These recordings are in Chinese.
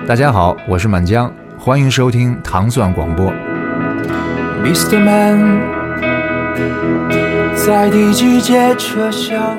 大家好，我是满江，欢迎收听糖蒜广播。 Mr. Man 在第几节车厢？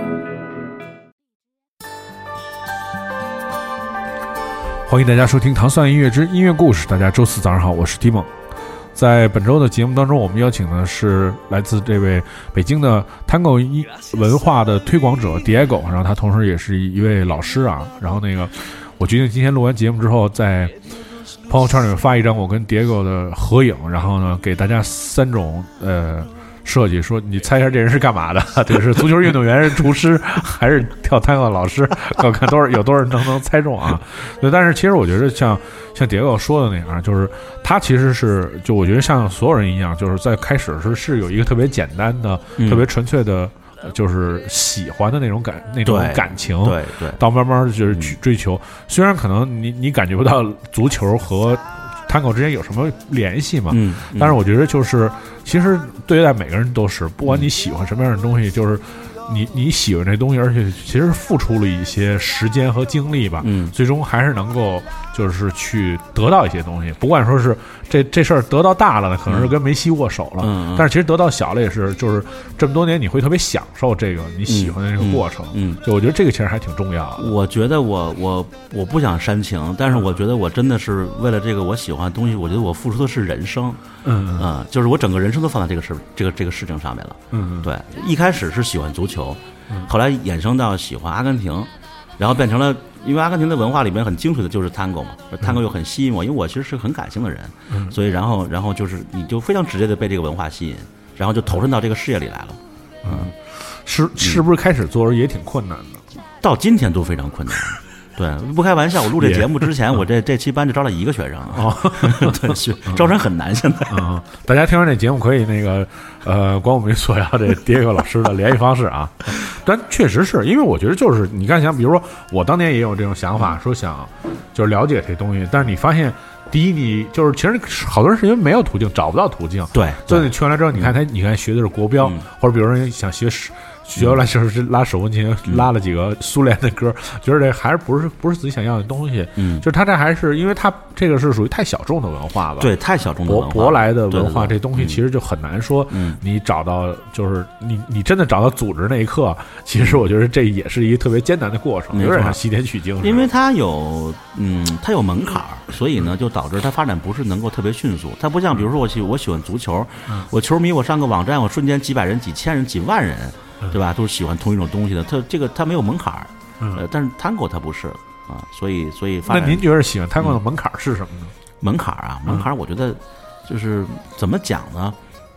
欢迎大家收听糖蒜音乐之音乐故事。大家周四早上好，我是 Timon。在本周的节目当中，我们邀请的是来自这位北京的 Tango 文化的推广者 Diego， 然后他同时也是一位老师啊。然后我决定今天录完节目之后，在朋友圈里面发一张我跟 Diego 的合影，然后呢给大家3种设计，说你猜一下这人是干嘛的？这个是足球运动员、是厨师，还是跳探戈老师？我看有多少人能猜中啊？对，但是其实我觉得像Diego说的那样，就是他其实是就我觉得像所有人一样，就是在开始的时候是有一个特别简单的、特别纯粹的。就是喜欢的那种感情， 对， 到慢慢就是去追求。虽然可能你感觉不到足球和Tango之间有什么联系嘛，但是我觉得就是其实对待每个人都是，不管你喜欢什么样的东西，就是你喜欢这东西，而且其实付出了一些时间和精力吧，最终还是能够就是去得到一些东西。不管说是这事儿得到大了呢，可能是跟梅西握手了，但是其实得到小了也是，就是这么多年你会特别享受这个你喜欢的这个过程。就我觉得这个其实还挺重要的。 我觉得我不想煽情，但是我觉得我真的是为了这个我喜欢的东西，我觉得我付出的是人生。就是我整个人生都放在这个事情上面了。对，一开始是喜欢足球，后来衍生到喜欢阿根廷，然后变成了，因为阿根廷的文化里面很精髓的就是 Tango 嘛，Tango 又很吸引我，因为我其实是很感性的人，所以然后就是你就非常直接的被这个文化吸引，然后就投身到这个事业里来了。 是不是开始做的时候也挺困难的？ 到今天都非常困难。对，不开玩笑，我录这节目之前，我这期班就招了1个学生。对，招生很难现在。 大家听完这节目可以管我们索要这Diego老师的联系方式啊。但确实是因为我觉得就是你看，比如说我当年也有这种想法，说想就是了解这东西，但是你发现第一，你就是其实好多人是因为没有途径，找不到途径。对，所以你去完了之后，你看学的是国标，或者比如说想学完了就是拉手风琴，拉了几个苏联的歌，觉得这还是不是自己想要的东西。就是他这还是因为他这个是属于太小众的文化了。 对，太小众的文化， 舶来的文化，这东西其实就很难说。你找到就是你真的找到组织那一刻，其实我觉得这也是一个特别艰难的过程，有点像西天取经。 因为它有门槛，所以呢就导致它发展不是能够特别迅速。它不像比如说我喜欢足球，我球迷，我上个网站，我瞬间几百人、几千人、几万人。对吧？都是喜欢同一种东西的，它没有门槛但是 Tango 它不是啊，所以发展。 那您觉得喜欢 Tango 的门槛是什么呢？ 门槛啊，门槛，我觉得就是怎么讲呢？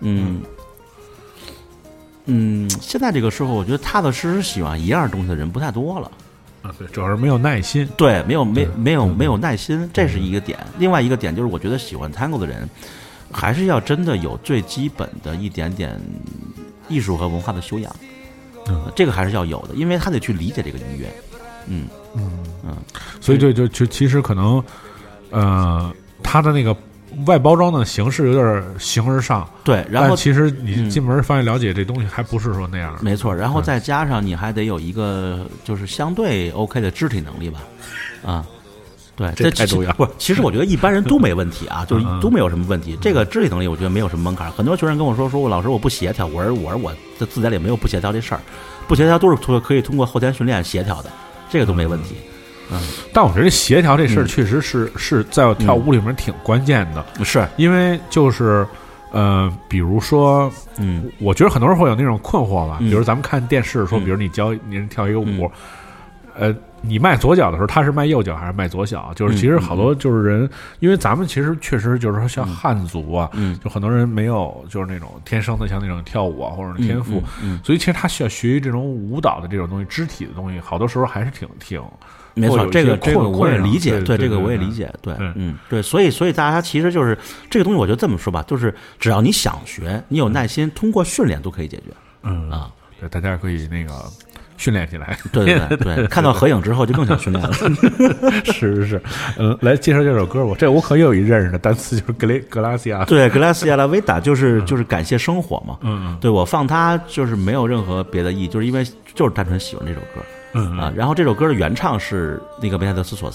现在这个时候，我觉得踏踏实实喜欢一样东西的人不太多了。 对，主要是没有耐心。 对，没有耐心，这是一个点。另外一个点就是，我觉得喜欢 Tango 的人，还是要真的有最基本的一点点艺术和文化的修养。这个还是要有的，因为他得去理解这个音乐。 所以就其实可能，他的那个外包装的形式有点形而上。对，然后其实你进门发现了解这东西还不是说那样。 没错，然后再加上你还得有一个就是相对 OK 的肢体能力吧。对， 这太重要。 不是，其实我觉得一般人都没问题啊，就是都没有什么问题。这个肢体能力，我觉得没有什么门槛。很多学生跟我说，我老师我不协调，我的字典里没有不协调这事儿，不协调都是可以通过后天训练协调的，这个都没问题。 但我觉得协调这事儿确实是在跳舞里面挺关键的， 是因为就是比如说我觉得很多人会有那种困惑吧，比如咱们看电视说，比如你教人跳一个舞，你迈左脚的时候，他是迈右脚还是迈左脚？就是其实好多就是人，因为咱们其实确实就是说像汉族啊，就很多人没有就是那种天生的像那种跳舞啊或者天赋，所以其实他需要学习这种舞蹈的这种东西，肢体的东西，好多时候还是挺没错，这个我也理解，对这个我也理解，对，对，所以大家其实就是这个东西，我就这么说吧，就是只要你想学，你有耐心，通过训练都可以解决。 对，大家可以那个训练起来。 对，看到合影之后就更想训练了。 是，来介绍这首歌吧。我可有一认识的单词，就是格拉西亚。 对，格拉西亚拉维达就是感谢生活嘛。对，我放它就是没有任何别的意义，就是因为就是单纯喜欢这首歌。然后这首歌的原唱是那个梅泰德斯索萨，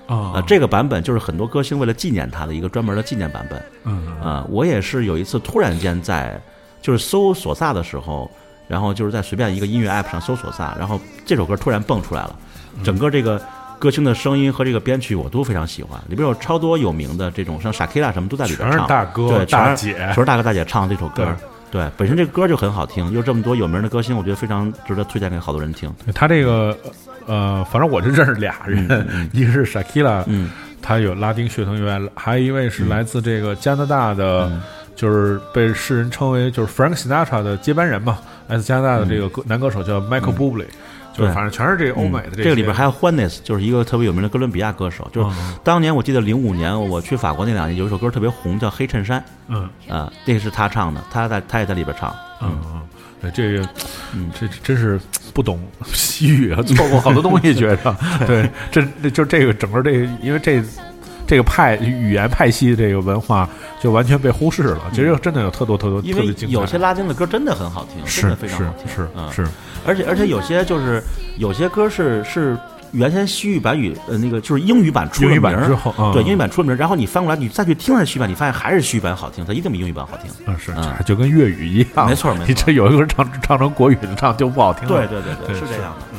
这个版本就是很多歌星为了纪念他的一个专门的纪念版本。我也是有一次突然间在就是搜索萨的时候，然后就是在随便一个音乐 app 上搜索萨，然后这首歌突然蹦出来了，整个这个歌星的声音和这个编曲我都非常喜欢，里边有超多有名的这种像 Shakira 什么都在里边唱， 全是大哥对， 大姐， 全是大哥大姐唱这首歌。对，本身这个歌就很好听，又这么多有名的歌星，我觉得非常值得推荐给好多人听。 他这个反正我就认识俩人，一个是 Shakira，他有拉丁血统以外，还有一位是来自这个加拿大的，就是被世人称为就是 Frank Sinatra 的接班人嘛，来自加拿大的这个男歌手叫 Michael Bublé。就是反正全是这个欧美的这个里边还有 Juanes， 就是一个特别有名的哥伦比亚歌手。就是当年我记得05年我去法国那2年，有一首歌特别红，叫《黑衬衫》。那个是他唱的，他也在里边唱。 这个，这真是不懂西语啊，错过好多东西，觉着。对，就这个整个这个，因为这个派语言派系的这个文化就完全被忽视了。其实真的有特别精彩， 因为有些拉丁的歌真的很好听，真的非常好听。 是， 而且有些就是有些歌是原先西语版那个就是英语版出了名之后， 对，英语版出了名，然后你翻过来你再去听它西语版，你发现还是西语版好听，它一定比英语版好听。 是，就跟粤语一样， 没错。 你这有一个人唱成国语的唱就不好听了。 对，是这样的。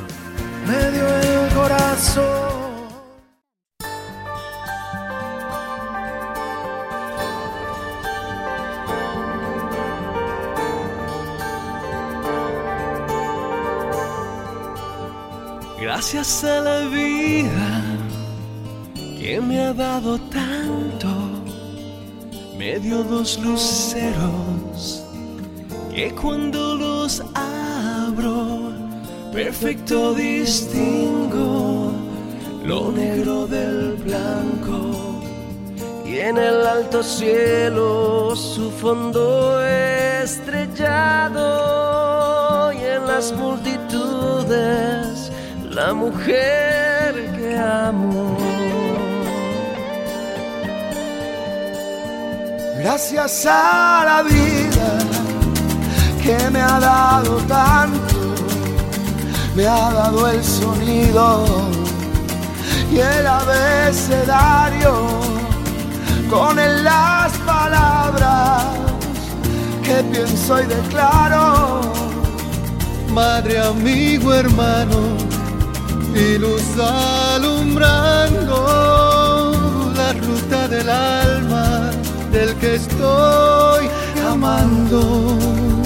Gracias a la vida que me ha dado tanto, me dio 2 luceros que cuando los abro perfecto distingo lo negro del blanco, y en el alto cielo su fondo estrellado, y en las multitudes la mujer que amo. Gracias a la vida que me ha dado tanto, me ha dado el sonido y el abecedario, con él las palabras que pienso y declaro. Madre, amigo, hermano, y luz alumbrando la ruta del alma del que estoy amando.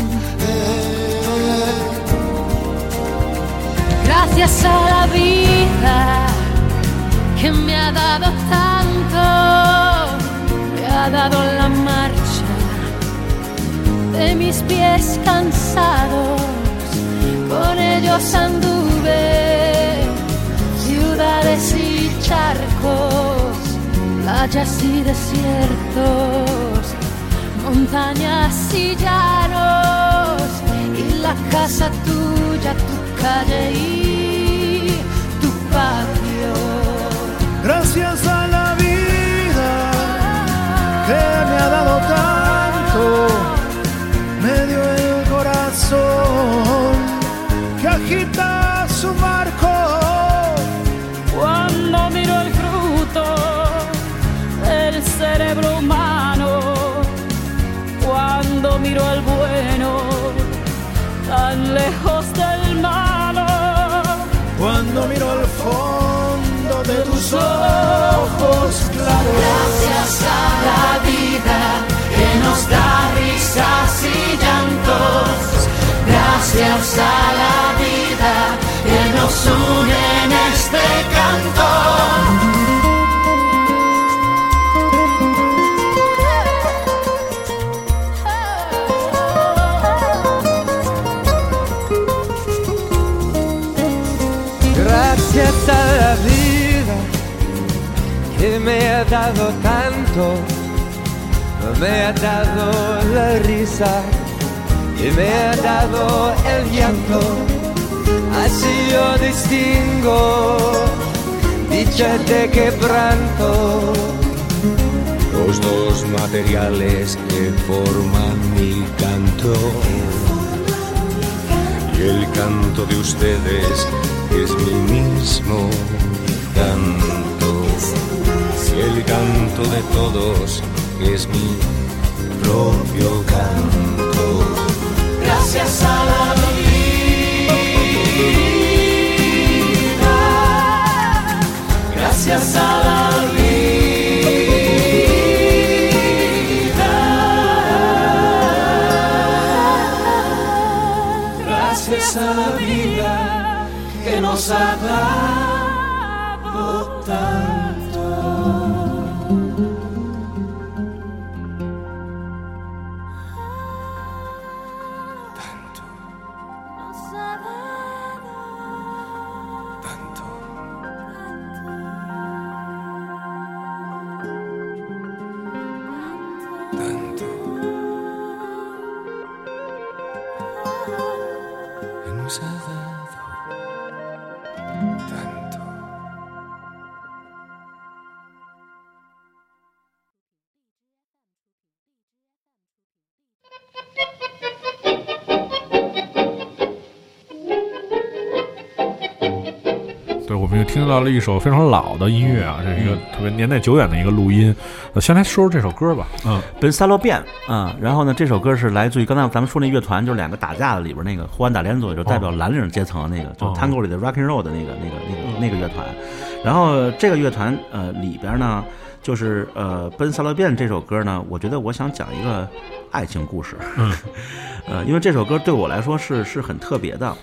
Gracias a la vida que me ha dado tanto, me ha dado la marcha de mis pies cansados, con ellos anduve ciudades y charcos, playas y desiertos, montañas y llanos, y la casa tuya, tu calle y tu patio. Gracias a la vida que me ha dado tanto, me dio el corazón que agita su marco. Cuando miro el fruto del cerebro humano, cuando miro al bueno tan lejos del malo, cuando miro al fondo de tus ojos claros. Gracias a la vida que nos da risas y llantos, gracias a la vida que nos une en este canto. Gracias a la vida que me ha dado tanto, me ha dado la risa y me ha dado el llanto. Así yo distingo dicha de quebranto, los dos materiales que forman mi canto, y el canto de ustedes es mi mismo canto. canto de todos, es mi propio canto. Gracias a la vida, gracias a la vida, gracias a la vida que nos ha dado tanto. Nos ha dado tanto. 对，我们又听到了一首非常老的音乐啊，这是一个特别年代久远的一个录音。先来说说这首歌吧。 Ben Salobian 啊，然后呢，这首歌是来自于刚才咱们说那乐团，就是两个打架的里边那个胡安打连佐，就代表蓝领阶层的那个，就 Tango 里的 Rock and Roll 的那个乐团。然后这个乐团里边呢，就是Ben Salobian 这首歌呢，我觉得我想讲一个爱情故事。因为这首歌对我来说是很特别的。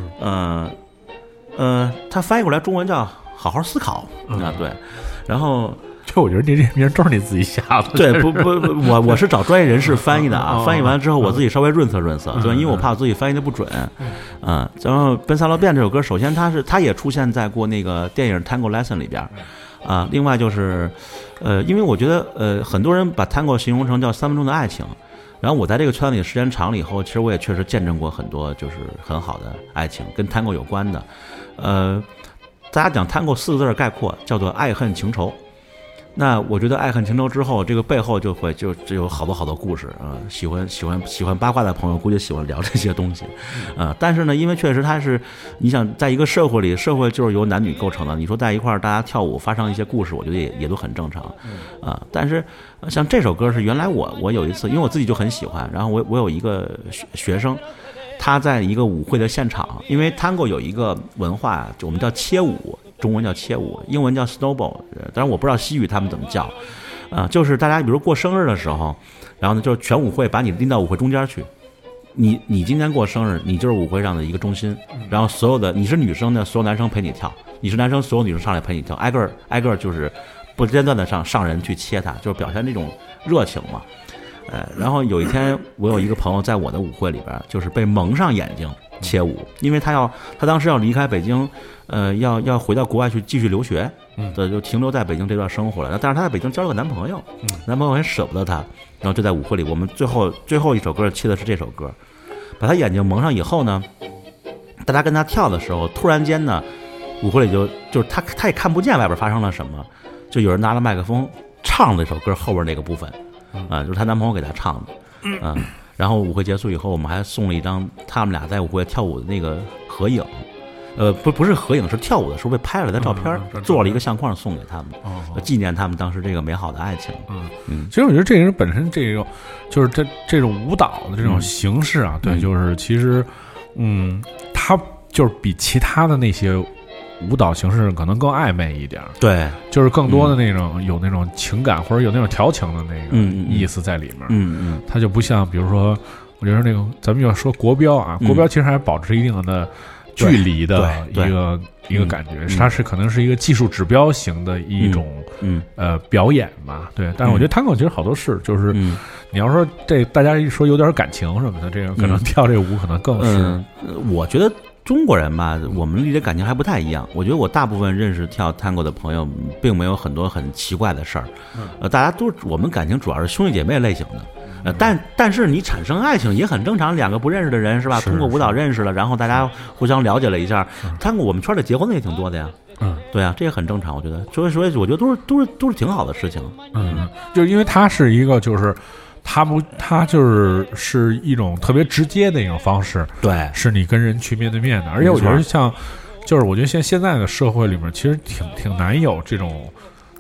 它翻译过来中文叫好好思考啊，对。然后就我觉得这名都是你自己下的。 对，不，我是找专业人士翻译的啊。翻译完之后，我自己稍微润色，对，因为我怕我自己翻译的不准。然后《Ben Salobian》这首歌，首先它也出现在过那个电影《Tango Lesson》里边啊。另外就是，因为我觉得很多人把 Tango 形容成叫3分钟的爱情。然后我在这个圈子里时间长了以后，其实我也确实见证过很多就是很好的爱情，跟 Tango 有关的。大家讲 Tango 4个字概括叫做爱恨情仇。那我觉得爱恨情仇之后，这个背后就有好多故事啊。喜欢八卦的朋友估计喜欢聊这些东西，但是呢，因为确实它是你想在一个社会里，社会就是由男女构成的。你说在一块儿大家跳舞发生一些故事，我觉得也都很正常啊。但是像这首歌是原来我有一次，因为我自己就很喜欢，然后我有一个学生。他在一个舞会的现场，因为 Tango 有一个文化，就我们叫切舞，中文叫切舞，英文叫 snowball， 当然我不知道西语他们怎么叫，就是大家比如过生日的时候，然后呢就是全舞会把你拎到舞会中间去，你今天过生日，你就是舞会上的一个中心，然后所有的你是女生的，所有男生陪你跳，你是男生，所有女生上来陪你跳，挨个就是不间断的上人去切它，就是表现这种热情嘛。然后有一天，我有一个朋友在我的舞会里边，就是被蒙上眼睛切舞，因为他当时要离开北京，要回到国外去继续留学，就停留在北京这段生活了。但是他在北京交了个男朋友，男朋友很舍不得他，然后就在舞会里，我们最后一首歌切的是这首歌，把他眼睛蒙上以后呢，大家跟他跳的时候，突然间呢，舞会里就是他也看不见外边发生了什么，就有人拿了麦克风唱了这首歌后边那个部分。就是她男朋友给她唱的，然后舞会结束以后，我们还送了一张他们俩在舞会跳舞的那个合影，不是合影，是跳舞的时候被拍了的照片，做了一个相框送给他们，纪念他们当时这个美好的爱情。 其实我觉得这个人本身这种就是这种舞蹈的这种形式啊，对，就是其实，他就是比其他的那些舞蹈形式可能更暧昧一点， 对， 就是更多的那种有那种情感或者有那种调情的那个意思在里面。它就不像比如说，我觉得那个咱们要说国标啊，国标其实还保持一定的距离的一个感觉，它是可能是一个技术指标型的一种表演嘛，对。但是我觉得Tango其实好多事就是你要说这大家一说有点感情什么的，这个可能跳这舞可能更是。 我觉得中国人吧，我们理解感情还不太一样。我觉得我大部分认识跳Tango的朋友，并没有很多很奇怪的事儿。大家我们感情主要是兄弟姐妹类型的。但是你产生爱情也很正常，两个不认识的人是吧？通过舞蹈认识了，然后大家互相了解了一下。Tango我们圈里结婚的也挺多的呀。对啊，这也很正常，我觉得。所以我觉得都是挺好的事情。 就是因为它是一个就是它就是一种特别直接的一种方式， 对， 是你跟人去面对面的。而且我觉得我觉得现在的社会里面，其实挺难有这种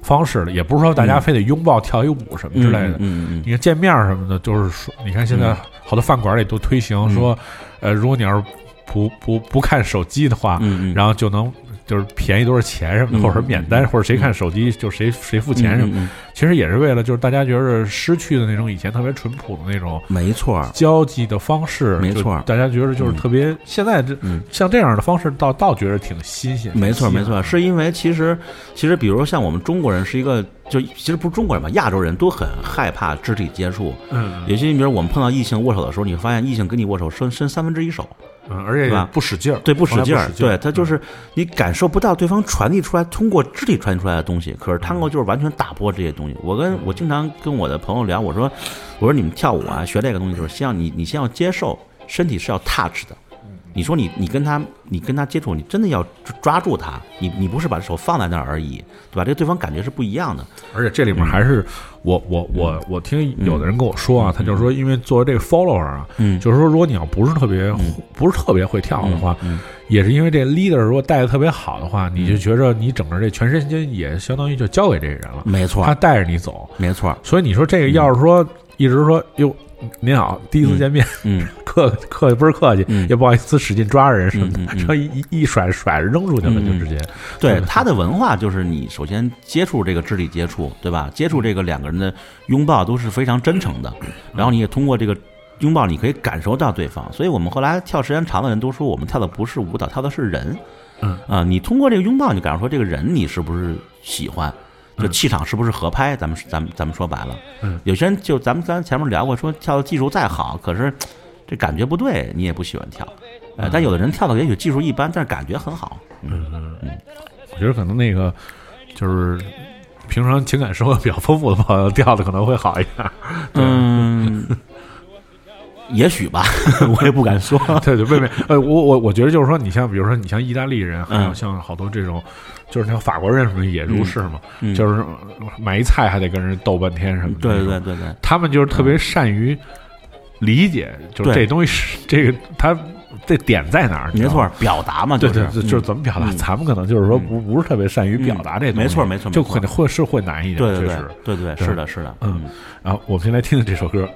方式了，也不是说大家非得拥抱跳一舞什么之类的。你看见面什么的，就是说，你看现在好多饭馆里都推行说，如果你要是不看手机的话，然后就能就是便宜多少钱什么的，或者是免单，或者谁看手机就谁付钱什么。其实也是为了就是大家觉得失去的那种以前特别淳朴的那种没错交际的方式， 没错， 大家觉得就是特别现在这像这样的方式倒觉得挺新鲜。 没错没错，是因为其实比如说像我们中国人是一个就其实不是中国人吧，亚洲人都很害怕肢体接触。有些比如我们碰到异性握手的时候，你会发现异性跟你握手伸1/3手。 而且不使劲儿， 对，不使劲儿，对，他就是你感受不到对方传递出来，通过肢体传递出来的东西。可是探戈就是完全打破这些东西。我经常跟我的朋友聊，我说你们跳舞啊，学这个东西就是先要你先要接受身体是要 touch 的。你说你跟他接触，你真的要抓住他，你不是把手放在那儿而已，对吧？这个对方感觉是不一样的。 而且这里面还是我听有的人跟我说啊，他就是说，因为作为这个 follower 啊，就是说如果你要不是特别会跳的话，也是因为这 leader 如果带的特别好的话，你就觉着你整个这全身心也相当于就交给这个人了， 没错， 他带着你走， 没错。 所以你说这个要是说一直说哟。您好，第一次见面，客气不是客气，也不好意思使劲抓人什么的，然后一甩着扔出去了，就直接。 对他的文化就是你首先接触这个肢体接触，对吧？接触这个两个人的拥抱都是非常真诚的，然后你也通过这个拥抱，你可以感受到对方。所以我们后来跳时间长的人都说，我们跳的不是舞蹈，跳的是人。你通过这个拥抱，你感受说这个人你是不是喜欢。就气场是不是合拍？咱们说白了，有些人就咱们刚才前面聊过，说跳的技术再好，可是这感觉不对，你也不喜欢跳。但有的人跳的也许技术一般，但是感觉很好。 我觉得可能那个就是平常情感生活比较丰富的朋友跳的可能会好一点。 也许吧，我也不敢说。 对，我觉得就是说，你像比如说你像意大利人，还有像好多这种，就是像法国人什么也如是嘛，就是买一菜还得跟人斗半天什么的。 对， 他们就是特别善于理解，就是这东西是这个他这点在哪儿？ 没错，表达嘛， 对，就是怎么表达？咱们可能就是说不是特别善于表达这东西。 没错， 就可能会难一点。 对，是的。 然后我们先来听听这首歌，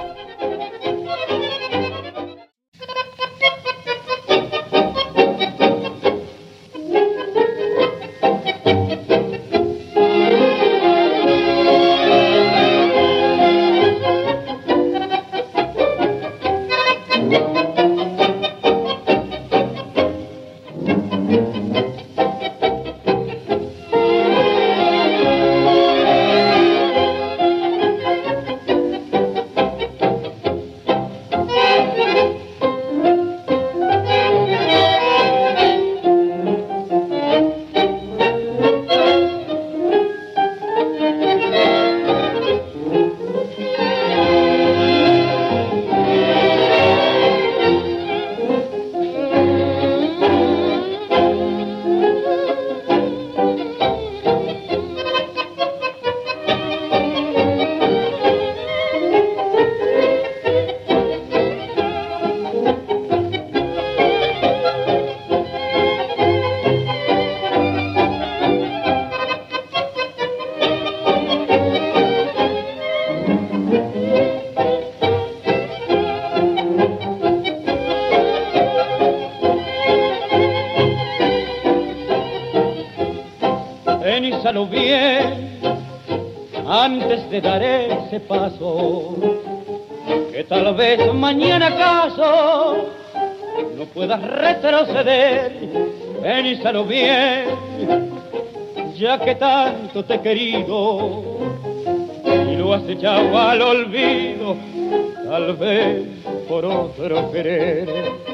Piénsalo bien antes de dar ese paso, que tal vez mañana acaso no puedas retroceder. Piénsalo bien, ya que tanto te he querido y lo has echado al olvido, tal vez por otro querer.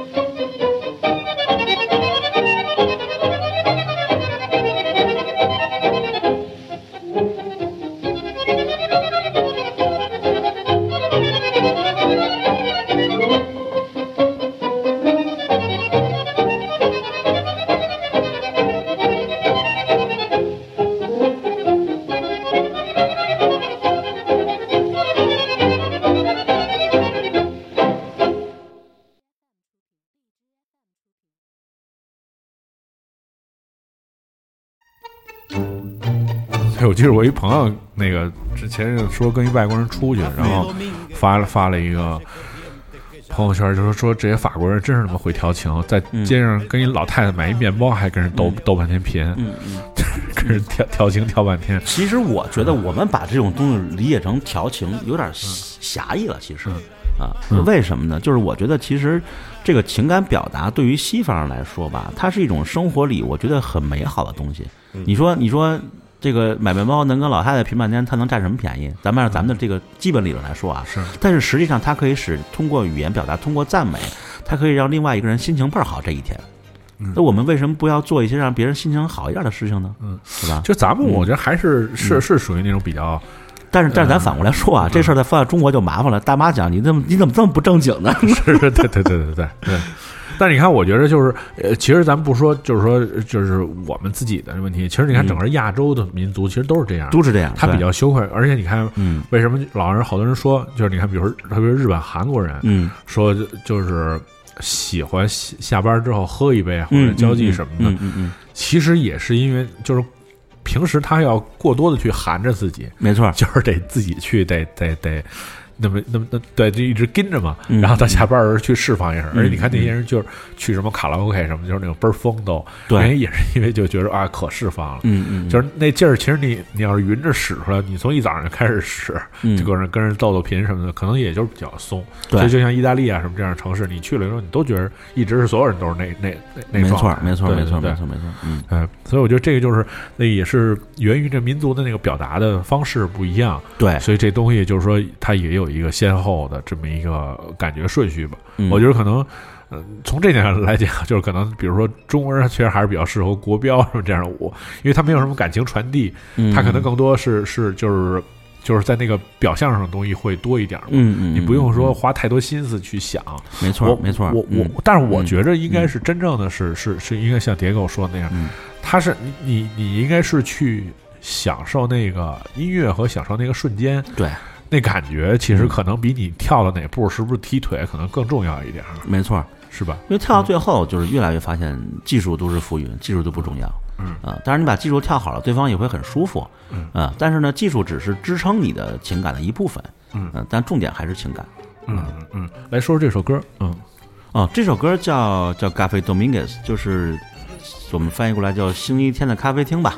哎，我记得我一朋友那个之前说跟一外国人出去，然后发了一个朋友圈，就是说这些法国人真是那么会调情，在街上跟一老太太买一面包，还跟人斗半天贫，跟人调情调半天。 其实我觉得我们把这种东西理解成调情有点狭义了，其实为什么呢？就是我觉得其实这个情感表达对于西方人来说吧，它是一种生活里我觉得很美好的东西。你说这个买面包能跟老太太贫半天，他能占什么便宜？咱们按照咱们的这个基本理论来说啊，是。但是实际上，它可以通过语言表达，通过赞美，它可以让另外一个人心情倍儿好这一天。那我们为什么不要做一些让别人心情好一点的事情呢？是吧？ 就咱们我觉得还是属于那种比较。 但是咱反过来说啊，这事儿再放在中国就麻烦了。大妈讲你怎么这么不正经呢？ 是，对。但是你看，我觉得就是，其实咱们不说，就是我们自己的问题。其实你看，整个亚洲的民族其实都是这样，他比较羞愧，而且你看，为什么好多人说，就是你看，比如说特别是日本、韩国人，说就是喜欢下班之后喝一杯或者交际什么的，其实也是因为就是平时他要过多的去含着自己， 没错， 就是得自己去得。那么对，就一直跟着嘛，然后到下班时去释放一下。而且你看那些人就是去什么卡拉 OK 什么，就是那种倍儿疯都，原因也是因为就觉得啊可释放了，就是那劲儿。其实你要是匀着使出来，你从一早上就开始使，就跟人斗贫什么的，可能也就是比较松。所以就像意大利啊什么这样的城市，你去了以后，你都觉得一直是所有人都是那状态。 没错。 所以我觉得这个就是那也是源于这民族的那个表达的方式不一样。 对， 所以这东西就是说它也有一个先后的这么一个感觉顺序吧。我觉得可能从这点上来讲，就是可能比如说中国人确实还是比较适合国标什么这样的舞，因为他没有什么感情传递，他可能更多是就是在那个表象上的东西会多一点嘛。你不用说花太多心思去想。 没错。 但是我觉着应该是真正的是应该像蝶狗说的那样，他是你应该是去享受那个音乐和享受那个瞬间。 对。 那感觉其实可能比你跳的哪步是不是踢腿可能更重要一点。 没错， 是吧？ 因为跳到最后就是越来越发现技术都是浮云，技术都不重要。当然你把技术跳好了，对方也会很舒服。但是呢，技术只是支撑你的情感的一部分。但重点还是情感。 来说说这首歌。 这首歌叫 Café Dominguez， 就是我们翻译过来叫星期天的咖啡厅吧。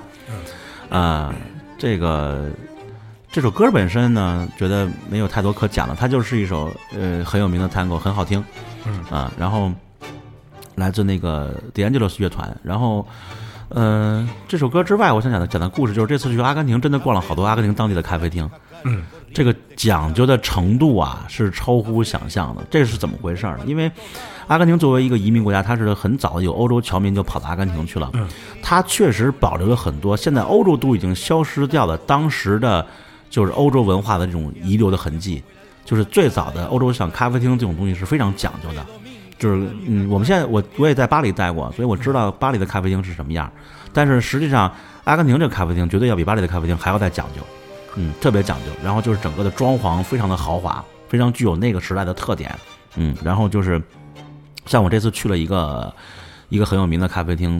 这首歌本身呢，觉得没有太多可讲的，它就是一首很有名的 tango， 很好听。然后来自那个 The Angelos 乐团。然后这首歌之外，我想讲的故事就是这次去阿根廷，真的逛了好多阿根廷当地的咖啡厅。这个讲究的程度啊，是超乎想象的。这是怎么回事呢？因为阿根廷作为一个移民国家，它是很早有欧洲侨民就跑到阿根廷去了。它确实保留了很多现在欧洲都已经消失掉的当时的就是欧洲文化的这种遗留的痕迹。就是最早的欧洲像咖啡厅这种东西是非常讲究的。就是我们现在我也在巴黎待过，所以我知道巴黎的咖啡厅是什么样。但是实际上阿根廷这个咖啡厅绝对要比巴黎的咖啡厅还要再讲究。特别讲究。然后就是整个的装潢非常的豪华，非常具有那个时代的特点。然后就是像我这次去了一个很有名的咖啡厅，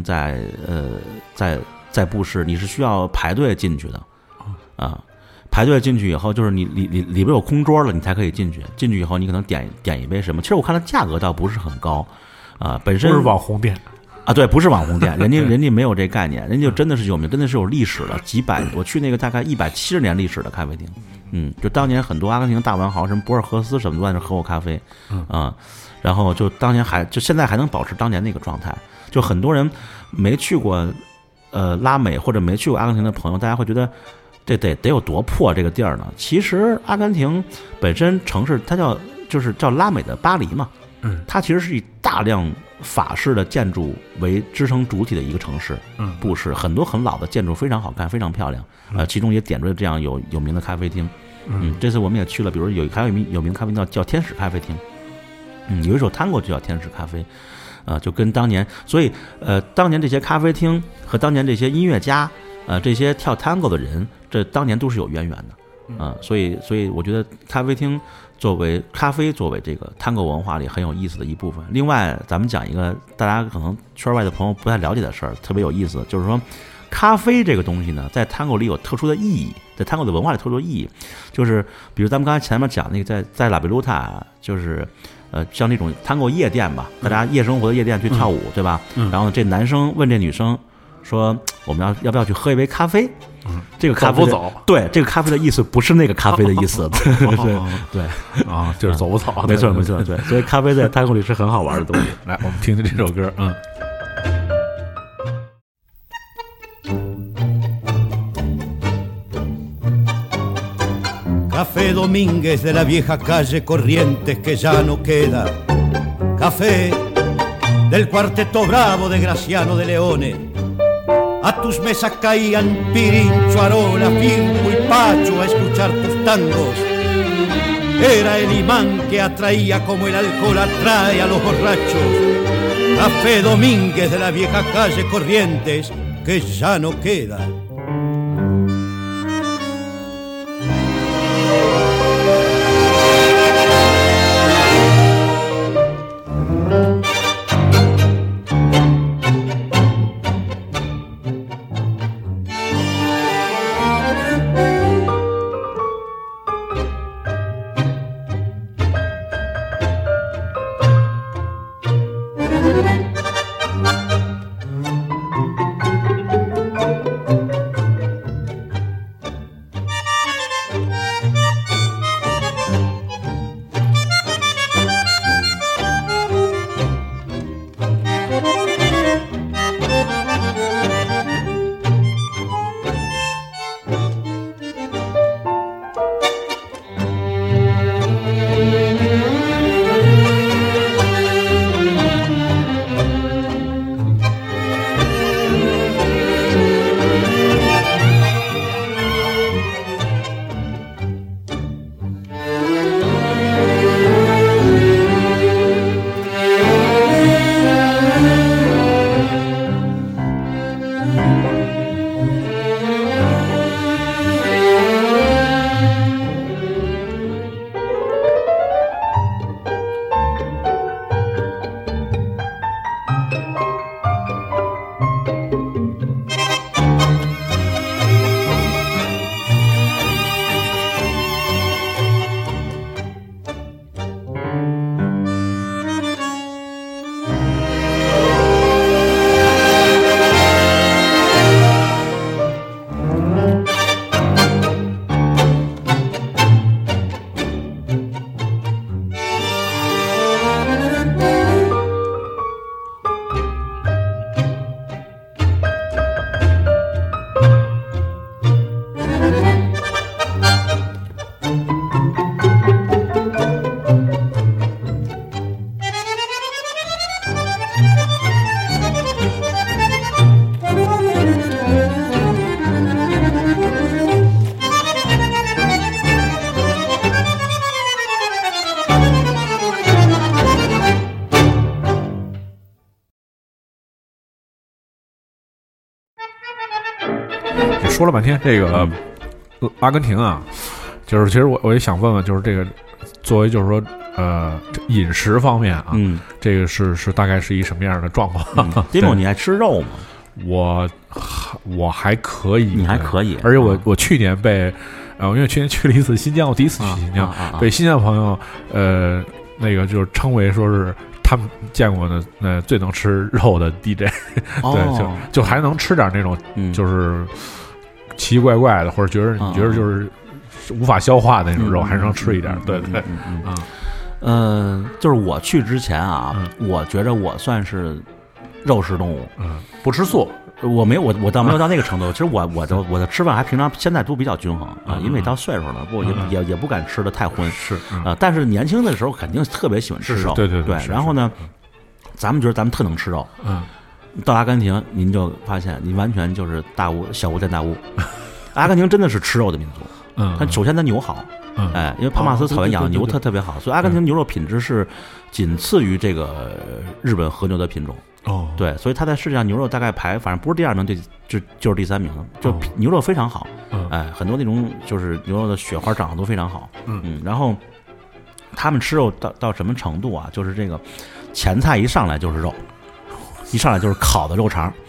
在布市，你是需要排队进去的。排队进去以后，就是你里边有空桌了，你才可以进去。进去以后，你可能点一杯什么。其实我看它价格倒不是很高，本身不是网红店啊，对，不是网红店，人家没有这概念，人家就真的是有名，真的是有历史的，几百。我去那个大概170年历史的咖啡厅，就当年很多阿根廷大文豪，什么博尔赫斯什么都在那喝过咖啡，然后就当年就现在还能保持当年那个状态。就很多人没去过拉美或者没去过阿根廷的朋友，大家会觉得这得有多破这个地儿呢？其实阿根廷本身城市它叫拉美的巴黎嘛，它其实是以大量法式的建筑为支撑主体的一个城市。布市很多很老的建筑非常好看，非常漂亮。其中也点缀这样有名的咖啡厅。这次我们也去了，比如还有有名的咖啡厅叫天使咖啡厅。有一首 tango 就叫天使咖啡。就跟当年，所以当年这些咖啡厅和当年这些音乐家，这些跳 tango 的人，这当年都是有渊源的。所以我觉得咖啡作为这个 tango 文化里很有意思的一部分。另外，咱们讲一个大家可能圈外的朋友不太了解的事儿，特别有意思，就是说咖啡这个东西呢，在探戈里有特殊的意义，在探戈的文化里特殊的意义，就是比如咱们刚才前面讲那个在拉贝鲁塔，就是像那种探戈夜店吧，大家夜生活的夜店去跳舞，对吧？然后这男生问这女生说：“我们要不要去喝一杯咖啡？”这个咖啡走不走？ 对，这个咖啡的意思不是那个咖啡的意思，对啊，就是走不走？ 没错，对，所以咖啡在探戈里是很好玩的东西。 来，我们听听这首歌， Café Domínguez de la vieja calle Corrientes que ya no queda. Café del cuarteto bravo de Graciano de Leone. A tus mesas caían Pirincho, Arola, Firmo y Pacho a escuchar tus tangos. Era el imán que atraía como el alcohol atrae a los borrachos. Café Domínguez de la vieja calle Corrientes que ya no queda. 说了半天这个阿根廷啊，就是其实我也想问问，就是这个作为就是说饮食方面啊，这个是大概是一什么样的状况？ 丁总，你爱吃肉吗？ 我还可以， 你还可以， 而且我去年被因为去年去了一次新疆，我第一次去新疆，被新疆朋友那个就是称为说是他们见过的最能吃肉的 DJ， 对，就还能吃点那种就是奇奇怪怪的，或者你觉得就是无法消化的那种肉，还是能吃一点，对对， 就是我去之前啊，我觉着我算是肉食动物， 不吃素。 我倒没有到那个程度。其实我的吃饭还平常现在都比较均衡啊，因为到岁数了，也不敢吃的太荤。 是但是年轻的时候肯定特别喜欢吃肉， 对。 然后呢，咱们觉得咱们特能吃肉，到阿根廷您就发现你完全就是小巫见大巫。阿根廷真的是吃肉的民族，它首先它牛好，因为帕马斯草原养的牛特别好，所以阿根廷牛肉品质是仅次于这个日本和牛的品种。对，所以它在世界上牛肉大概反正不是第2名，就是第3名，就牛肉非常好，很多那种就是牛肉的雪花长得都非常好，然后他们吃肉到什么程度啊？就是这个前菜一上来就是肉，一上来就是烤的肉肠，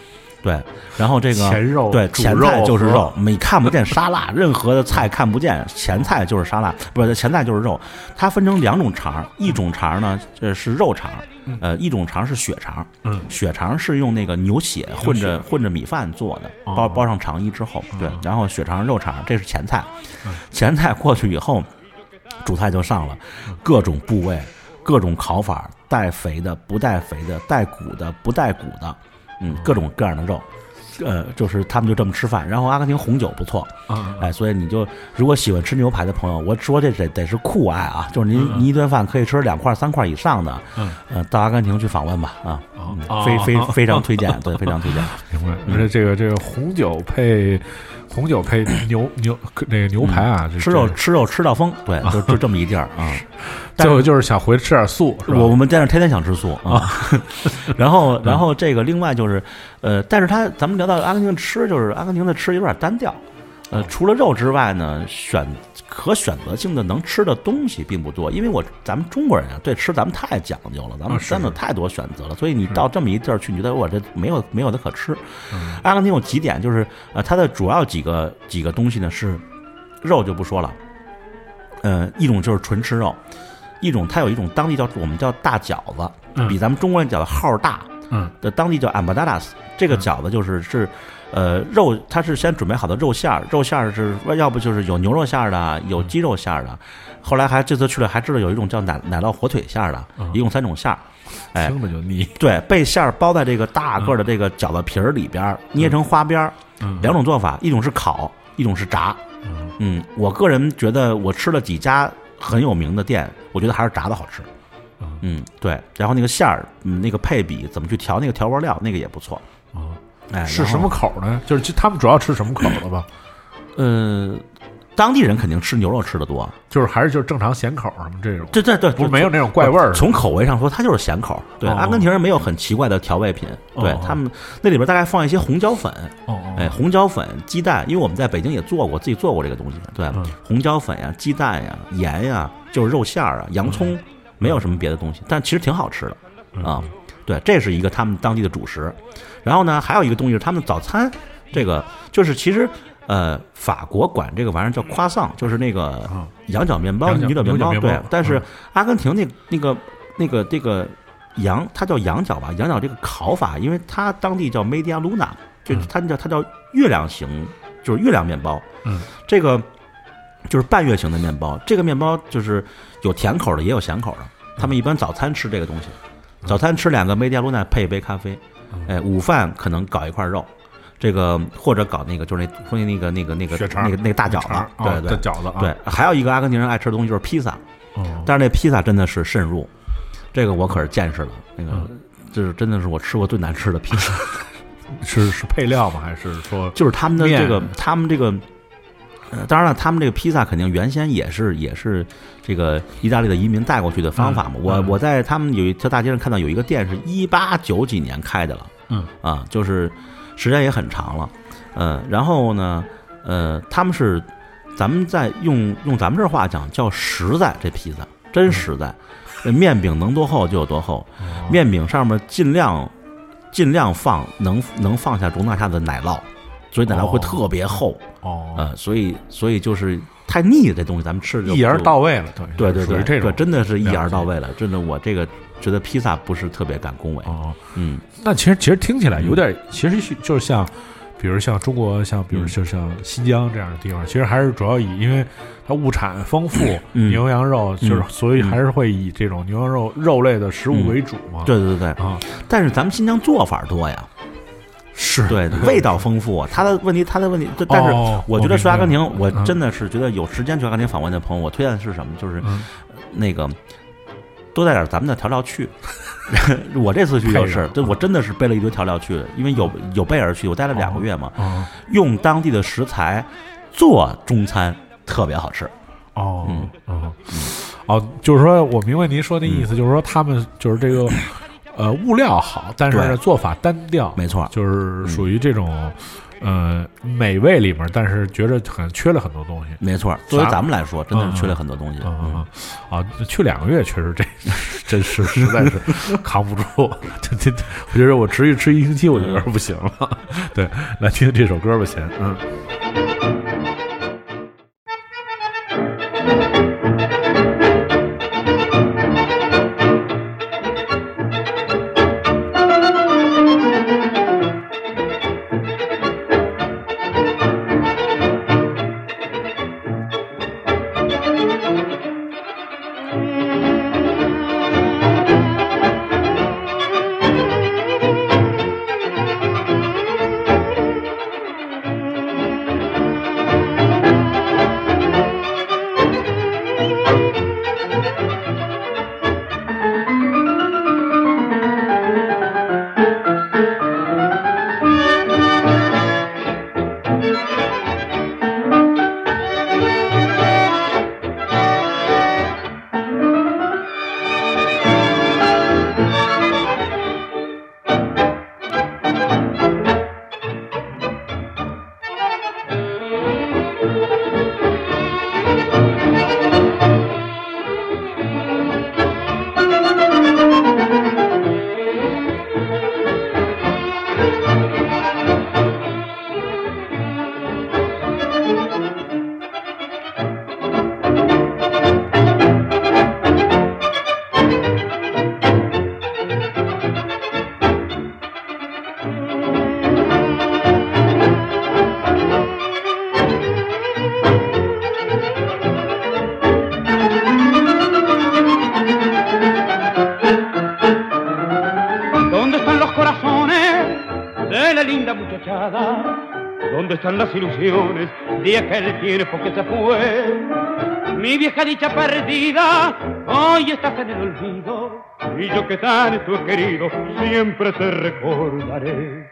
对，然后这个前肉对主前菜就是肉肉，你看不见沙拉，任何的菜看不见，前菜就是沙拉，不是前菜就是肉。它分成2种肠，一种肠呢是肉肠，一种肠是血肠，血肠是用那个牛血混着米饭做的，包上肠衣之后，对，然后血肠肉肠这是前菜，前菜过去以后，主菜就上了，各种部位，各种烤法，带肥的不带肥的，带骨的不带骨的。各种各样的肉，就是他们就这么吃饭。然后阿根廷红酒不错，所以你就如果喜欢吃牛排的朋友，我说这得是酷爱啊，就是您一顿饭可以吃2块3块以上的，到阿根廷去访问吧啊，非常推荐，对，非常推荐。 明白，而且这个红酒配牛那个牛排啊， 吃肉吃到疯，对，就这么一地儿啊。 最后就是想回吃点素，是吧？ 我们在那天天想吃素啊。然后这个另外就是，但是咱们聊到阿根廷吃，就是阿根廷的吃有点单调。除了肉之外呢，可选择性的能吃的东西并不多，因为咱们中国人啊，对吃咱们太讲究了，咱们真的太多选择了，所以你到这么一地儿去，你觉得我这没有的可吃。阿根廷有几点，就是它的主要几个东西呢是肉就不说了，一种就是纯吃肉，它有一种当地我们叫大饺子，比咱们中国人饺子号大，的当地叫 empanadas， 这个饺子就是肉，它是先准备好的肉馅儿是要不就是有牛肉馅儿的，有鸡肉馅儿的，后来这次去了还知道有一种叫奶酪火腿馅儿的，一共3种馅儿， 听着就腻。 对，被馅儿包在这个大个的这个饺子皮儿里边，捏成花边，2种做法，一种是烤，一种是炸。我个人觉得我吃了几家很有名的店，我觉得还是炸的好吃。对，然后那个馅儿，那个配比怎么去调那个调味料，那个也不错。 是什么口呢？就是他们主要吃什么口的吧？ 当地人肯定吃牛肉吃的多， 就是还是就是正常咸口什么这种。 对， 不是没有那种怪味儿。 从口味上说，它就是咸口。对，阿根廷人没有很奇怪的调味品，对他们那里边大概放一些红椒粉，红椒粉、鸡蛋，因为我们在北京也自己做过这个东西，对，红椒粉呀、鸡蛋呀、盐呀，就是肉馅儿啊、洋葱，没有什么别的东西，但其实挺好吃的啊。对，这是一个他们当地的主食。然后呢，还有一个东西是他们早餐，这个就是其实法国管这个玩意儿叫夸桑，就是那个羊角面包、牛角面包。对，但是阿根廷那个这个羊，它叫羊角吧？羊角这个烤法，因为它当地叫 media luna， 就它叫月亮形，就是月亮面包。这个就是半月形的面包。这个面包就是有甜口的，也有咸口的。他们一般早餐吃这个东西。早餐吃2个media luna配一杯咖啡，午饭可能搞一块肉，这个或者搞那个就是那个大饺子，对饺子， 对，还有一个阿根廷人爱吃的东西就是披萨，但是那披萨真的是慎入，这个我可是见识了，那个就是真的是我吃过最难吃的披萨， 是配料吗？还是说就是他们这个。当然了，他们这个披萨肯定原先也是这个意大利的移民带过去的方法嘛。我在他们有一条大街上看到有一个店是1890几年开的了，就是时间也很长了，然后呢，他们是咱们在用咱们这话讲叫实在，这披萨真实在，面饼能多厚就有多厚，面饼上面尽量放能放下容纳下的奶酪。所以奶酪会特别厚所以就是太腻了，这东西咱们吃一言到位了， 对，对，真的是一言到位了，真的，我这个觉得披萨不是特别敢恭维那其实听起来有点，其实就是像，比如像中国，比如就像新疆这样的地方，其实还是主要因为它物产丰富，牛羊肉就是所以还是会以这种牛羊肉类的食物为主嘛。 对但是咱们新疆做法多呀。 是对味道丰富，他的问题，但是我觉得去阿根廷，我真的是觉得有时间去阿根廷访问的朋友，我推荐的是什么？就是那个多带点咱们的调料去。我这次去就是，我真的是背了一堆调料去，因为有备而去，我待了2个月嘛，用当地的食材做中餐特别好吃。 就是说我明白您说的意思，就是说他们就是这个。 物料好，但是对做法单调， 没错， 就是属于这种美味里面，但是觉着很缺了很多东西。 没错，作为咱们来说，真的是缺了很多东西。 去2个月确实真是实在是扛不住。我觉得我持续吃1星期，我就有点不行了。对，来听听这首歌吧，先。 ¿Dónde están las ilusiones de aquel tiempo que se fue? Mi vieja dicha perdida, hoy estás en el olvido, y yo que tanto he querido, siempre te recordaré.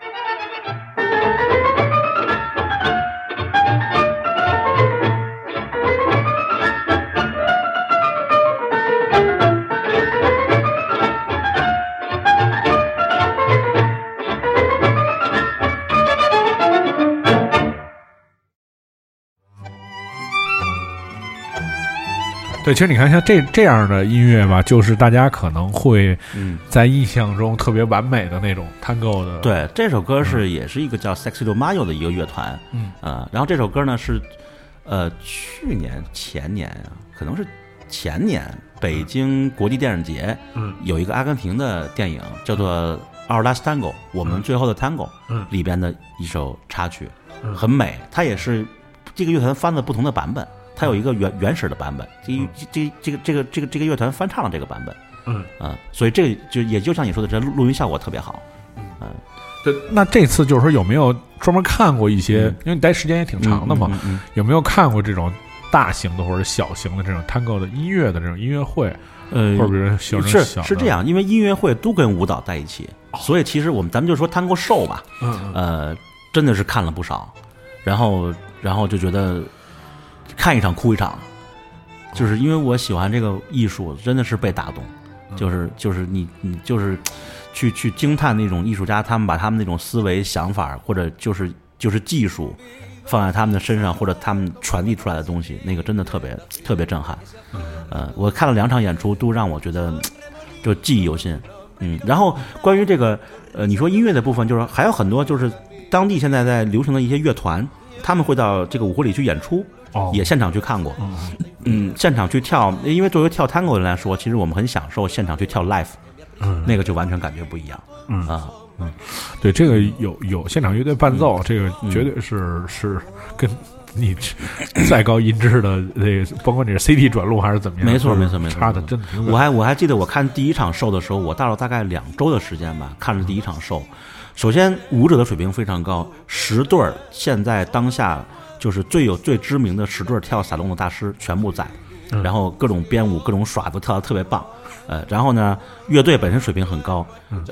“对，其实你看，像这样的音乐吧，就是大家可能会在印象中特别完美的那种tango的。 对，这首歌也是一个叫 Sexy do Mayo 的一个乐团，然后这首歌呢是去年前年啊，可能是前年北京国际电影节，有一个阿根廷的电影叫做《Our Last Tango》，我们最后的 Tango，里边的一首插曲，很美，它也是这个乐团翻了不同的版本。它有一个原始的版本，这个乐团翻唱了这个版本，所以这个也就像你说的，这录音效果特别好， 那这次就是说有没有专门看过一些，因为你待时间也挺长的嘛，有没有看过这种大型的或者小型的这种tango的音乐的这种音乐会？或者比如小是这样，因为音乐会都跟舞蹈在一起，所以其实咱们就说tango show吧，真的是看了不少，然后就觉得。看一场哭一场，就是因为我喜欢这个艺术，真的是被打动，就是你就是去惊叹那种艺术家，他们把他们那种思维想法或者就是技术放在他们的身上，或者他们传递出来的东西，那个真的特别特别震撼。我看了2场演出，都让我觉得就记忆犹新。然后关于这个你说音乐的部分，就是还有很多就是当地现在在流行的一些乐团，他们会到这个舞会里去演出。也现场去看过，现场去跳，因为作为跳tango的人来说，其实我们很享受现场去跳 live，那个就完全感觉不一样， 对，这个有现场乐队伴奏，这个绝对是跟你再高音质的那个，甭管你是 CD 转录还是怎么样， 没错， 差的真的挺远。 我还记得我看第一场秀的时候，我到了大概2周的时间吧，看了第一场秀。首先舞者的水平非常高，10对现在当下。就是最知名的10对跳萨隆的大师全部在，然后各种编舞、各种耍都跳得特别棒，然后呢，乐队本身水平很高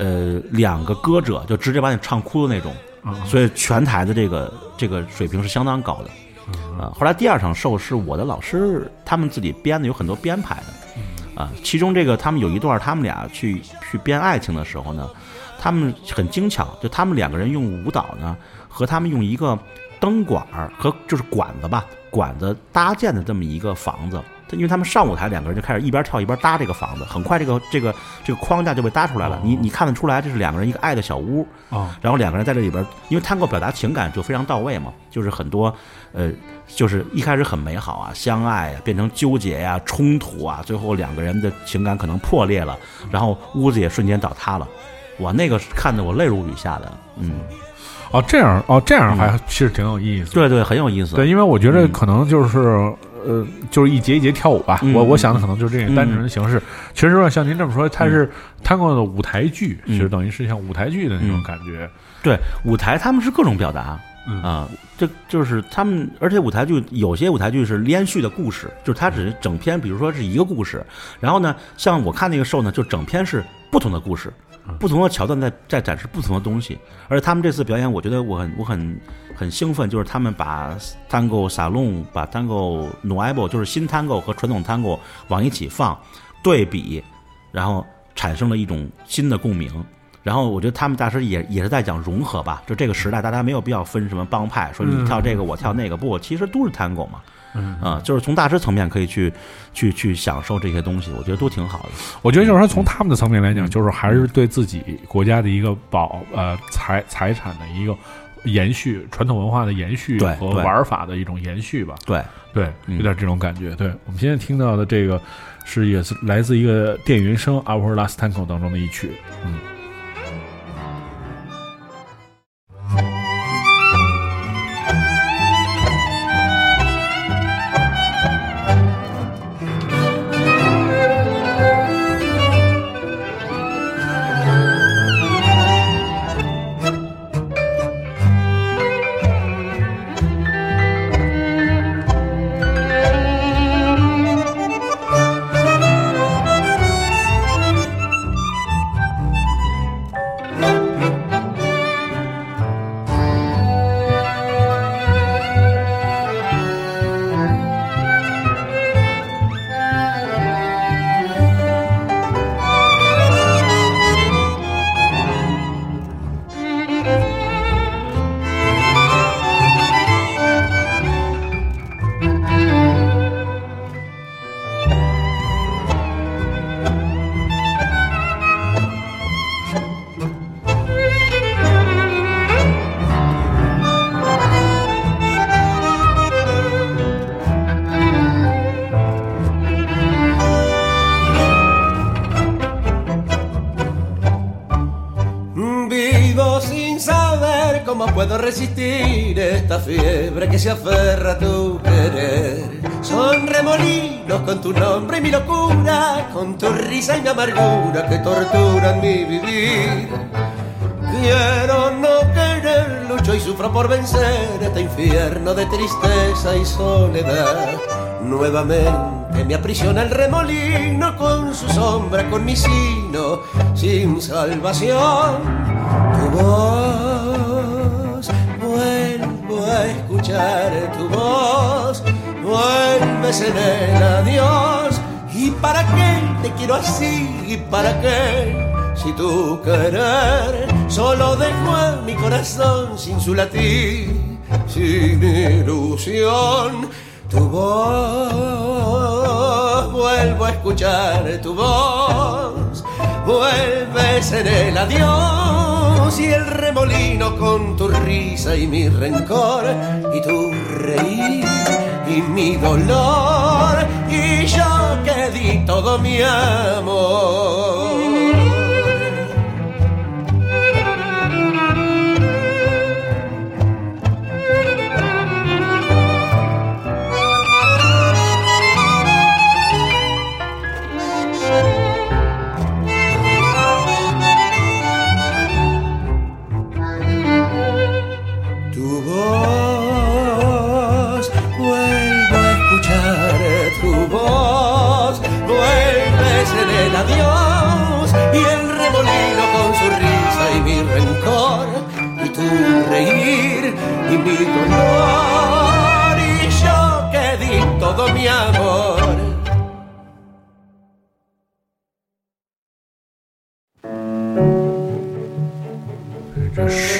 ，2个歌者就直接把你唱哭的那种，所以全台的这个水平是相当高的，后来第2场秀是我的老师他们自己编的，有很多编排的， 其中这个他们有一段他们俩去编爱情的时候呢，他们很精巧，就他们两个人用舞蹈呢和他们用一个灯管和就是管子搭建的这么一个房子，因为他们上舞台两个人就开始一边跳一边搭这个房子，很快这个框架就被搭出来了。你看得出来，这是两个人一个爱的小屋然后两个人在这里边，因为tango表达情感就非常到位嘛，就是很多就是一开始很美好啊，相爱啊，变成纠结呀、冲突啊，最后两个人的情感可能破裂了，然后屋子也瞬间倒塌了。哇，那个看得我泪如雨下的， 这样还其实挺有意思。 对，很有意思。 对，因为我觉得可能就是就是一节一节跳舞吧。我想的可能就是这个单纯的形式。其实像您这么说，它是tango的舞台剧，其实等于是像舞台剧的那种感觉。 对，舞台他们是各种表达。这就是他们，而且舞台剧有些舞台剧是连续的故事，就是它只是整篇，比如说是一个故事，然后呢，像我看那个 show 呢，就整篇是不同的故事，不同的桥段在展示不同的东西。而且他们这次表演，我觉得我很兴奋，就是他们把 tango salon 把 tango nuevo 就是新 tango 和传统 tango 往一起放对比，然后产生了一种新的共鸣。然后我觉得他们大师也是在讲融合吧，就这个时代大家没有必要分什么帮派，说你跳这个我跳那个，不，其实都是 tango 嘛。就是从大师层面可以去享受这些东西，我觉得都挺好的。 我觉得就是说从他们的层面来讲，就是还是对自己国家的一个财产的一个延续，传统文化的延续和玩法的一种延续吧。对，有点这种感觉。对，我们现在听到的这个也是来自一个电原声《Our Last Tango》当中的一曲。 Puedo resistir esta fiebre que se aferra a tu querer. Son remolinos con tu nombre y mi locura, con tu risa y mi amargura que torturan mi vivir. Quiero no querer, lucho y sufro por vencer este infierno de tristeza y soledad. Nuevamente me aprisiona el remolino con su sombra, con mi sino sin salvación. Tu voz, vuelvo a escuchar tu voz, vuelves en el adiós. ¿Y para qué te quiero así? ¿Y para qué? Si tu querer solo dejó a mi corazón sin su latir, sin ilusión. Tu voz, vuelvo a escuchar tu voz, vuelves en el adiós y el remolino con tu risa y mi rencor y tu reír y mi dolor y yo que di todo mi amor. Adiós y el remolino con su risa y mi rencor y tu reír y mi dolor y yo que di todo mi amor.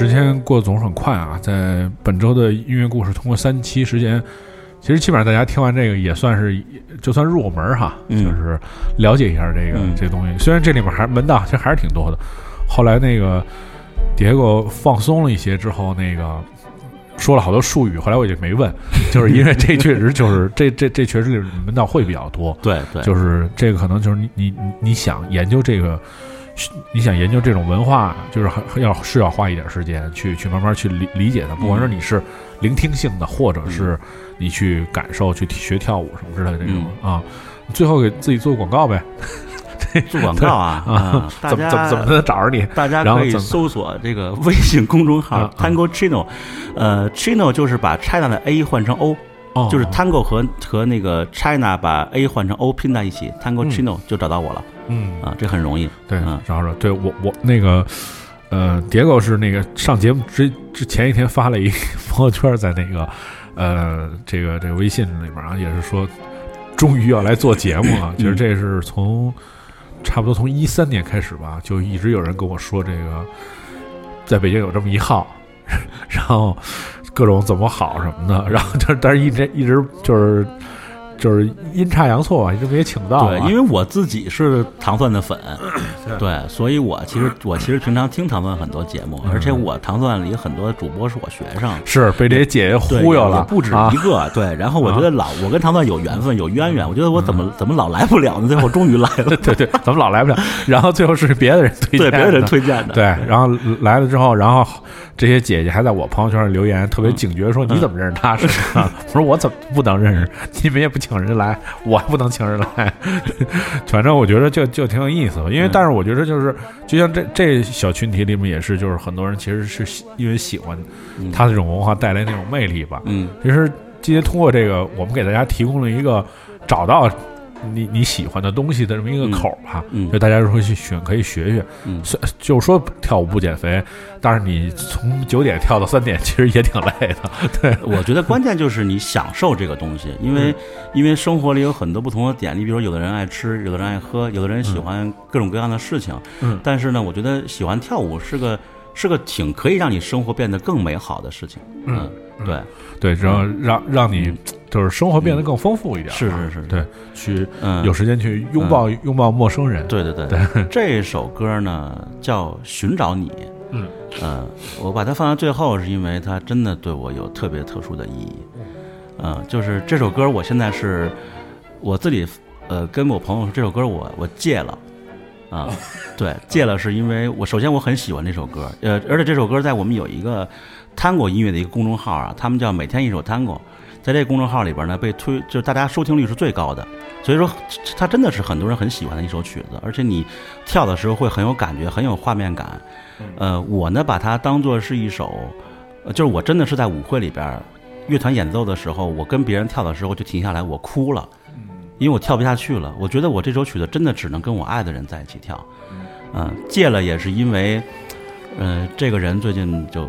时间过得总是很快啊，在本周的音乐故事通过3期时间，其实基本上大家听完这个也算是就算入门哈，就是了解一下这东西。虽然这里面还门道其实还是挺多的，后来那个蝶狗放松了一些之后，那个说了好多术语，后来我就没问，就是因为这确实就是这确实门道会比较多， 对， 就是这个可能就是你想研究这个。你想研究这种文化，就是要花一点时间去慢慢去理解它，不管是你是聆听性的，或者是你去感受、去学跳舞什么之类的这种啊。最后给自己做广告呗， 做广告啊！ 怎么能找着你？ 大家可以搜索这个微信公众号 Tango Chino， Chino 就是把 China 的 A 换成 O。就是 Tango 和那个 China 把 A 换成 O 拼在一起 ，Tango Chino 就找到我了。这很容易。对， 找着。对我那个蝶狗是那个上节目之前一天发了一朋友圈，在那个这个微信里面啊，也是说终于要来做节目了。其实这是差不多从13年开始吧，就一直有人跟我说这个在北京有这么一号，然后。各种怎么好什么的，然后但是一直就是阴差阳错吧，一直没请到。 对，因为我自己是糖蒜的粉，对，所以我其实平常听糖蒜很多节目，而且我糖蒜里很多主播是我学生， 是被这些姐姐忽悠了， 也不止一个。对，然后我觉得我跟糖蒜有缘分有渊源，我觉得我怎么老来不了呢？最后终于来了， 对，怎么老来不了？然后最后是别的人推荐的， 对，别的人推荐的， 对，然后来了之后，然后这些姐姐还在我朋友圈里留言，特别警觉说你怎么认识他？是吧？我说我怎么不能认识？你们也不请人来。我还不能请人来，反正我觉得就挺有意思的，因为但是我觉得就像这小群体里面也是，就是很多人其实是因为喜欢他这种文化带来那种魅力吧。其实今天通过这个，我们给大家提供了一个找到你喜欢的东西的这么一个口吧，就大家会去可以学。就是说跳舞不减肥，但是你从9点跳到3点，其实也挺累的。对， 我觉得关键就是你享受这个东西，因为生活里有很多不同的点，你比如说有的人爱吃，有的人爱喝，有的人喜欢各种各样的事情。但是呢，我觉得喜欢跳舞是个挺可以让你生活变得更美好的事情。对， 然后让你就是生活变得更丰富一点。 是， 对，去有时间去拥抱陌生人。 对，这首歌呢叫《寻找你》。我把它放到最后，是因为它真的对我有特别特殊的意义。就是这首歌，我现在是我自己跟我朋友说，这首歌我戒了。对，戒了是因为首先我很喜欢这首歌，而且这首歌在我们有一个Tango音乐的一个公众号啊，他们叫每天一首 Tango， 在这个公众号里边呢被推，就是大家收听率是最高的，所以说它真的是很多人很喜欢的一首曲子，而且你跳的时候会很有感觉，很有画面感。我呢把它当作是一首，就是我真的是在舞会里边乐团演奏的时候，我跟别人跳的时候就停下来，我哭了。因为我跳不下去了，我觉得我这首曲子真的只能跟我爱的人在一起跳。戒了也是因为，这个人最近就，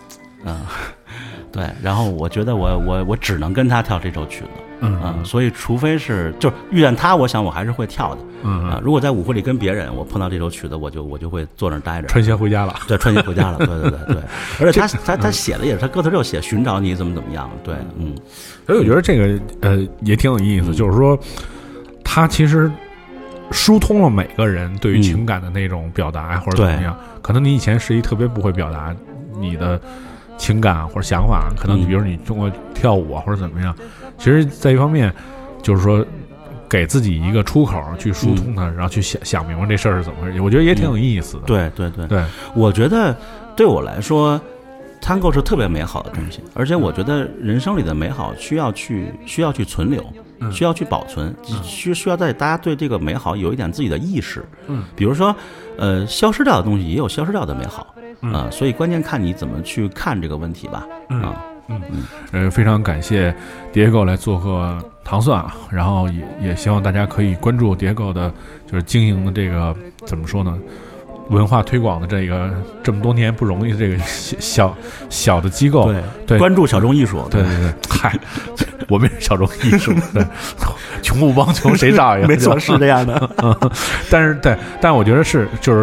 对，然后我觉得我只能跟他跳这首曲子。所以除非是就是遇见他，我想我还是会跳的。如果在舞会里跟别人，我碰到这首曲子，我就会坐那儿待着， 穿鞋回家了。 对，穿鞋回家了。对。而且他写的也是，他歌词就写寻找你怎么样。对， 所以我觉得这个也挺有意思，就是说他其实疏通了每个人对于情感的那种表达或者怎么样。可能你以前是一特别不会表达你的情感或者想法，可能比如你通过跳舞或者怎么样，其实在一方面就是说给自己一个出口去疏通它，然后去想明白这事儿是怎么回事，我觉得也挺有意思的。 对，我觉得对我来说Tango 是特别美好的东西，而且我觉得人生里的美好需要去存留，需要去保存，需要在大家对这个美好有一点自己的意识。比如说消失掉的东西也有消失掉的美好。所以关键看你怎么去看这个问题吧。 非常感谢蝶狗来做客糖蒜啊，然后也希望大家可以关注蝶狗的就是经营的这个怎么说呢，文化推广的这么多年不容易的这个小的机构。对， 关注小众艺术。 对，嗨，我们是小众艺术，对，穷不帮穷谁照应？ 没错，是这样的。 但我觉得是就是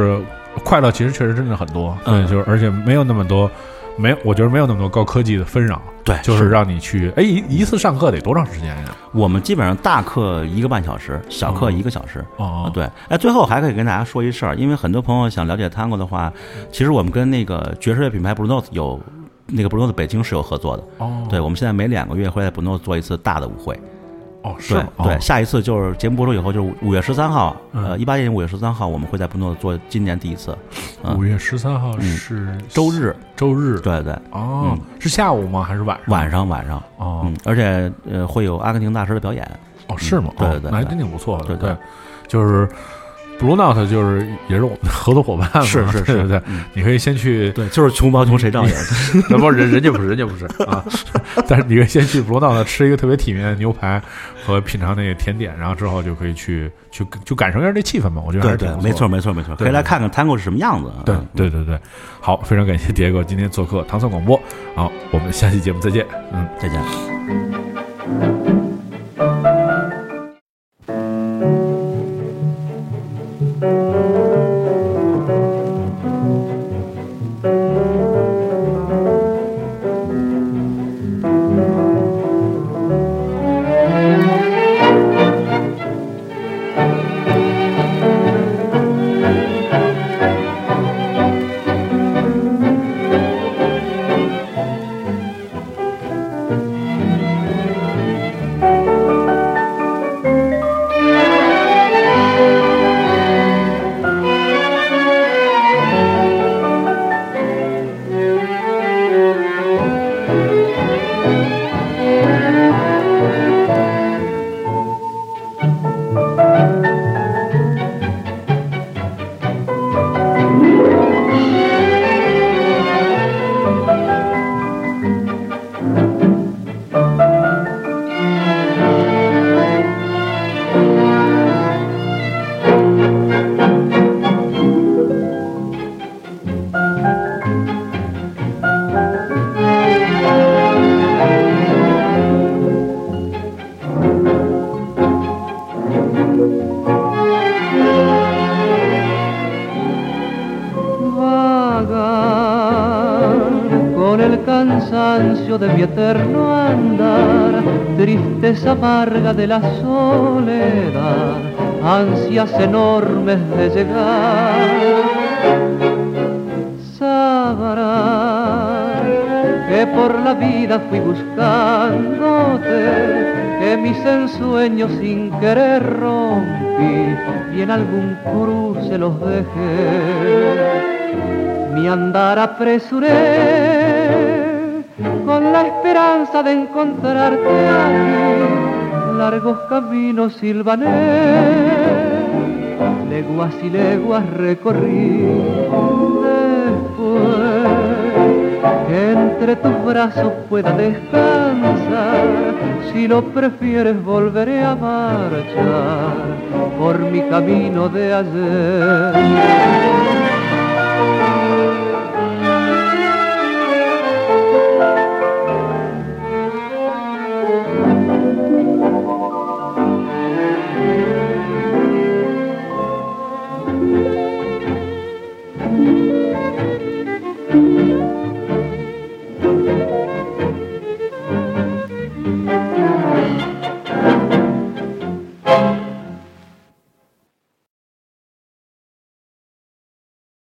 快乐其实确实真的很多，对，就是而且没有那么多。我觉得没有那么多高科技的纷扰， 对， 就是让你去，一次上课得多长时间呀？ 我们基本上大课1个半小时，小课1个小时。对，最后还可以跟大家说一事儿，因为很多朋友想了解 Tango 的话，其实我们跟那个爵士乐品牌 Blue Note 有那个 Blue Note 北京是有合作的。对，我们现在每2个月会在 Blue Note 做一次大的舞会。 是吗？ 对，下一次就是节目播出以后，就是5月13号，18年5月13号，我们会在 Blue Note 做今年第一次。 5月13号是周日。对对。 是下午吗？还是晚上？ 晚上。而且会有阿根廷大师的表演。 是吗？ 对对， 那还真挺不错的。 对， 就是 Blue Note 就是也是我们的合作伙伴嘛。 是， 对，你可以先去。 对，就是穷包穷谁照应？ 那不人家不是啊。但是你可以先去 Blue Note 吃一个特别体面的牛排和品尝那个甜点，然后之后就可以去感受一下这气氛嘛。我觉得还是挺不错。 没错，可以来看看 Tango 是什么样子。 对。好，非常感谢蝶哥今天做客糖蒜广播。好，我们下期节目再见。 再见。 De mi eterno andar, tristeza amarga de la soledad, ansias enormes de llegar. Sabrás que por la vida fui buscándote, que mis ensueños sin querer rompí y en algún cruce los dejé. Mi andar apresuré con la esperanza de encontrarte aquí, largos caminos silvané, leguas y leguas recorrí. Después que entre tus brazos pueda descansar, si lo prefieres volveré a marchar por mi camino de ayer.